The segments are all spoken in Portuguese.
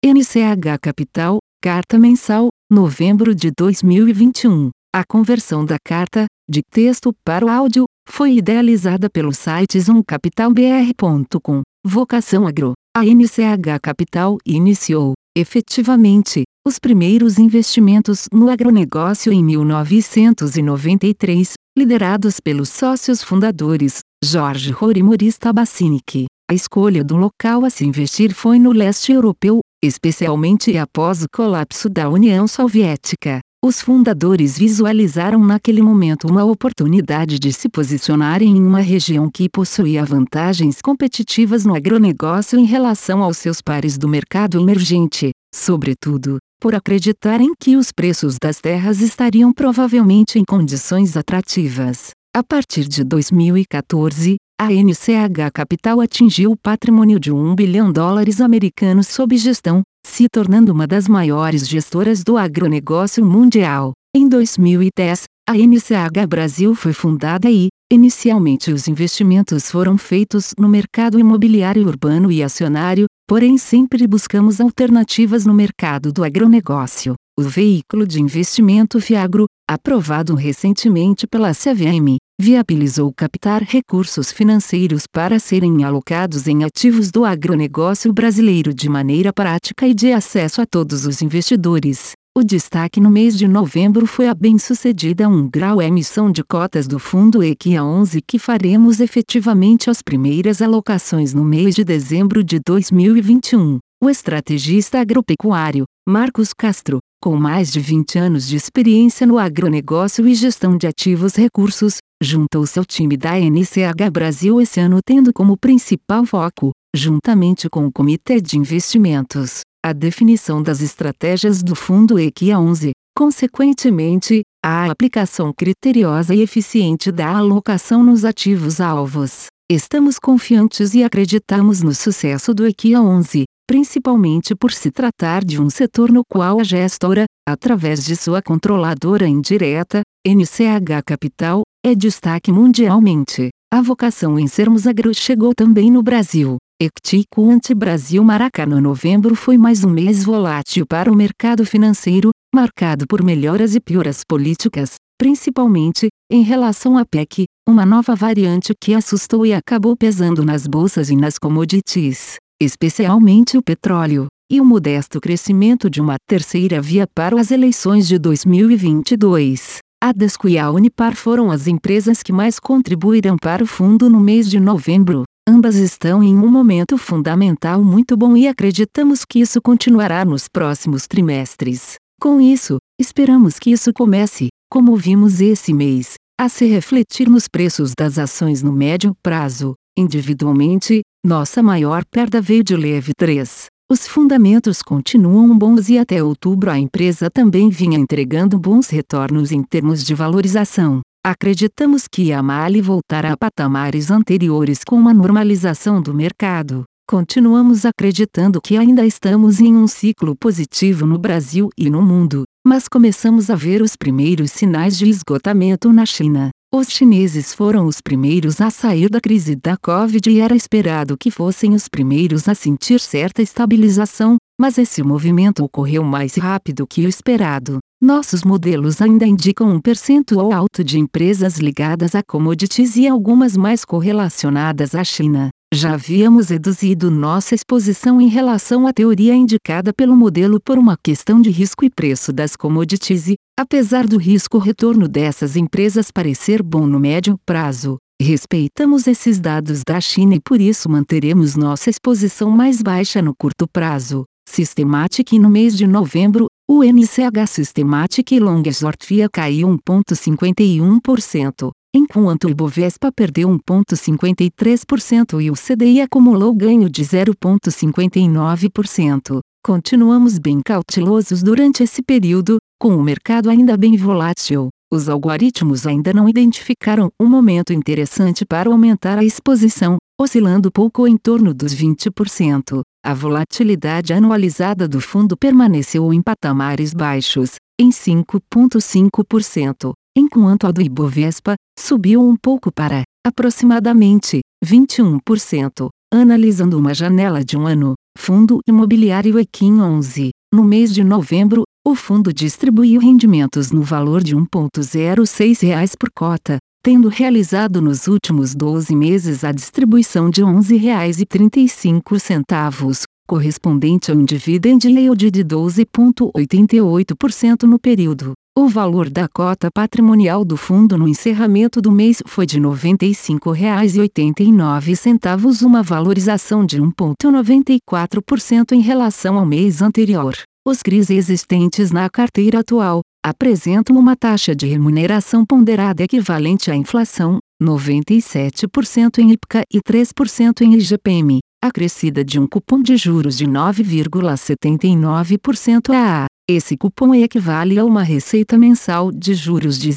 NCH Capital, carta mensal, novembro de 2021. A conversão da carta, de texto para o áudio, foi idealizada pelo site zoomcapitalbr.com. Vocação agro. A NCH Capital iniciou, efetivamente, os primeiros investimentos no agronegócio em 1993, liderados pelos sócios fundadores, Jorge Rohr e Maurice Tabacinic. A escolha do local a se investir foi no leste europeu, especialmente após o colapso da União Soviética. Os fundadores visualizaram naquele momento uma oportunidade de se posicionarem em uma região que possuía vantagens competitivas no agronegócio em relação aos seus pares do mercado emergente, sobretudo, por acreditarem que os preços das terras estariam provavelmente em condições atrativas. A partir de 2014, a NCH Capital atingiu o patrimônio de US$ 1 bilhão americanos sob gestão, se tornando uma das maiores gestoras do agronegócio mundial. Em 2010, a NCH Brasil foi fundada e, inicialmente os investimentos foram feitos no mercado imobiliário urbano e acionário, porém sempre buscamos alternativas no mercado do agronegócio. O veículo de investimento Fiagro, aprovado recentemente pela CVM, viabilizou captar recursos financeiros para serem alocados em ativos do agronegócio brasileiro de maneira prática e de acesso a todos os investidores. O destaque no mês de novembro foi a bem-sucedida 1 grau emissão de cotas do Fundo EQIA 11 que faremos efetivamente as primeiras alocações no mês de dezembro de 2021. O estrategista agropecuário, Marcos Castro, com mais de 20 anos de experiência no agronegócio e gestão de ativos recursos, juntou-se ao time da NCH Brasil esse ano tendo como principal foco, juntamente com o Comitê de Investimentos, a definição das estratégias do Fundo EQIA 11, consequentemente, a aplicação criteriosa e eficiente da alocação nos ativos-alvos. Estamos confiantes e acreditamos no sucesso do EQIA 11, principalmente por se tratar de um setor no qual a gestora, através de sua controladora indireta, NCH Capital, é destaque mundialmente. A vocação em sermos agro chegou também no Brasil. Ectico Anti-Brasil Maracanã. Novembro foi mais um mês volátil para o mercado financeiro, marcado por melhoras e pioras políticas, principalmente, em relação à PEC, uma nova variante que assustou e acabou pesando nas bolsas e nas commodities, especialmente o petróleo, e o modesto crescimento de uma terceira via para as eleições de 2022. A Desco e a Unipar foram as empresas que mais contribuíram para o fundo no mês de novembro. Ambas estão em um momento fundamental muito bom e acreditamos que isso continuará nos próximos trimestres. Com isso, esperamos que isso comece, como vimos esse mês, a se refletir nos preços das ações no médio prazo. Individualmente, nossa maior perda veio de Leve 3. Os fundamentos continuam bons e até outubro a empresa também vinha entregando bons retornos em termos de valorização. Acreditamos que a MAHLE voltará a patamares anteriores com uma normalização do mercado. Continuamos acreditando que ainda estamos em um ciclo positivo no Brasil e no mundo, mas começamos a ver os primeiros sinais de esgotamento na China. Os chineses foram os primeiros a sair da crise da Covid e era esperado que fossem os primeiros a sentir certa estabilização, mas esse movimento ocorreu mais rápido que o esperado. Nossos modelos ainda indicam um percentual alto de empresas ligadas a commodities e algumas mais correlacionadas à China. Já havíamos reduzido nossa exposição em relação à teoria indicada pelo modelo por uma questão de risco e preço das commodities e, apesar do risco-retorno dessas empresas parecer bom no médio prazo, respeitamos esses dados da China e por isso manteremos nossa exposição mais baixa no curto prazo. Systematic. No mês de novembro, o NCH Systematic Long Short FIA caiu 1,51%. Enquanto o Ibovespa perdeu 1,53% e o CDI acumulou ganho de 0,59%. Continuamos bem cautelosos durante esse período, com o mercado ainda bem volátil. Os algoritmos ainda não identificaram um momento interessante para aumentar a exposição, oscilando pouco em torno dos 20%. A volatilidade anualizada do fundo permaneceu em patamares baixos, em 5,5%. Enquanto a do Ibovespa subiu um pouco para, aproximadamente, 21%. Analisando uma janela de um ano, Fundo Imobiliário Equin 11. No mês de novembro, o fundo distribuiu rendimentos no valor de R$ 1,06 por cota, tendo realizado nos últimos 12 meses a distribuição de R$ 11,35, correspondente a um dividend yield de 12,88% no período. O valor da cota patrimonial do fundo no encerramento do mês foi de R$ 95,89, uma valorização de 1,94% em relação ao mês anterior. Os CRIs existentes na carteira atual apresentam uma taxa de remuneração ponderada equivalente à inflação, 97% em IPCA e 3% em IGPM, acrescida de um cupom de juros de 9,79% a. Esse cupom equivale a uma receita mensal de juros de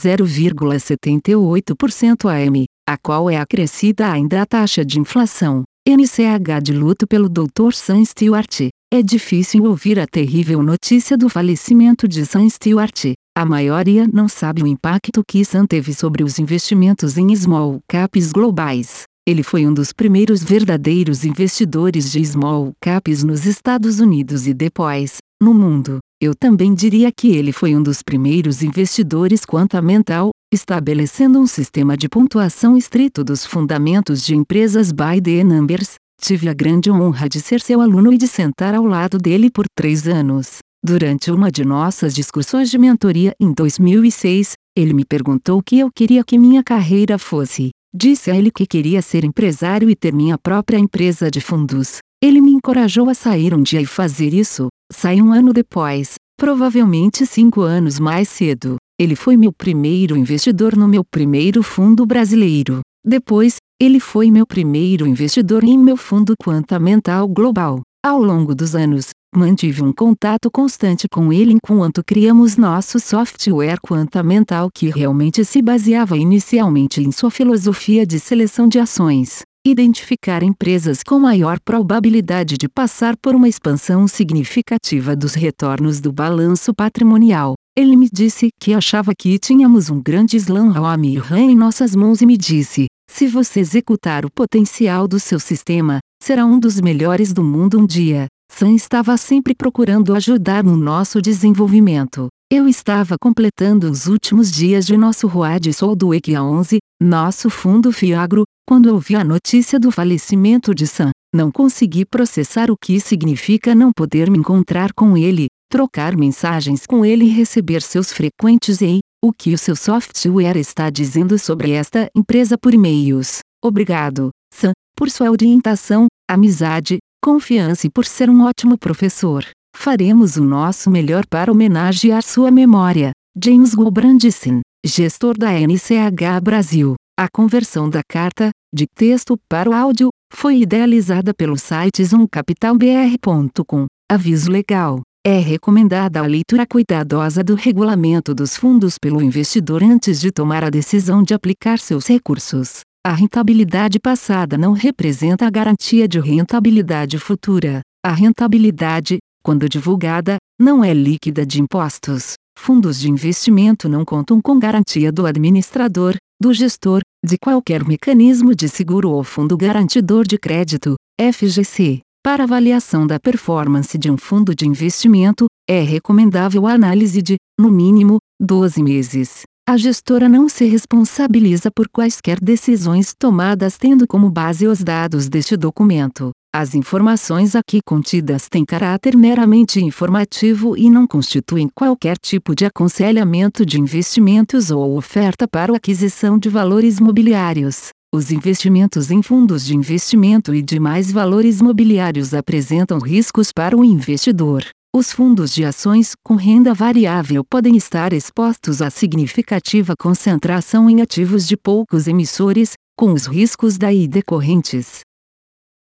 0,78% AM, a qual é acrescida ainda a taxa de inflação. NCH de luto pelo Dr. Sam Stewart. É difícil ouvir a terrível notícia do falecimento de Sam Stewart. A maioria não sabe o impacto que Sam teve sobre os investimentos em small caps globais. Ele foi um dos primeiros verdadeiros investidores de small caps nos Estados Unidos e depois, no mundo. Eu também diria que ele foi um dos primeiros investidores quantamental, estabelecendo um sistema de pontuação estrito dos fundamentos de empresas by the numbers. Tive a grande honra de ser seu aluno e de sentar ao lado dele por 3 anos. Durante uma de nossas discussões de mentoria em 2006, ele me perguntou o que eu queria que minha carreira fosse. Disse a ele que queria ser empresário e ter minha própria empresa de fundos. Ele me encorajou a sair um dia e fazer isso. Saí um ano depois, provavelmente 5 anos mais cedo. Ele foi meu primeiro investidor no meu primeiro fundo brasileiro. Depois, ele foi meu primeiro investidor em meu fundo quantamental global. Ao longo dos anos, mantive um contato constante com ele enquanto criamos nosso software quantamental que realmente se baseava inicialmente em sua filosofia de seleção de ações. Identificar empresas com maior probabilidade de passar por uma expansão significativa dos retornos do balanço patrimonial. Ele me disse que achava que tínhamos um grande slam home run em nossas mãos e me disse: se você executar o potencial do seu sistema, será um dos melhores do mundo um dia. Sam estava sempre procurando ajudar no nosso desenvolvimento. Eu estava completando os últimos dias de nosso Road Sol do Equin 11, nosso fundo Fiagro, quando ouvi a notícia do falecimento de Sam. Não consegui processar o que significa não poder me encontrar com ele, trocar mensagens com ele e receber seus frequentes "Ei, o que o seu software está dizendo sobre esta empresa" por e-mails. Obrigado, Sam, por sua orientação, amizade, confiança e por ser um ótimo professor. Faremos o nosso melhor para homenagear sua memória. James Gobrandsen, gestor da NCH Brasil. A conversão da carta, de texto para o áudio, foi idealizada pelo site zoomcapitalbr.com. Aviso legal. É recomendada a leitura cuidadosa do regulamento dos fundos pelo investidor antes de tomar a decisão de aplicar seus recursos. A rentabilidade passada não representa a garantia de rentabilidade futura. A rentabilidade, quando divulgada, não é líquida de impostos. Fundos de investimento não contam com garantia do administrador, do gestor, de qualquer mecanismo de seguro ou fundo garantidor de crédito, FGC. Para avaliação da performance de um fundo de investimento, é recomendável a análise de, no mínimo, 12 meses. A gestora não se responsabiliza por quaisquer decisões tomadas tendo como base os dados deste documento. As informações aqui contidas têm caráter meramente informativo e não constituem qualquer tipo de aconselhamento de investimentos ou oferta para a aquisição de valores mobiliários. Os investimentos em fundos de investimento e demais valores mobiliários apresentam riscos para o investidor. Os fundos de ações com renda variável podem estar expostos a significativa concentração em ativos de poucos emissores, com os riscos daí decorrentes.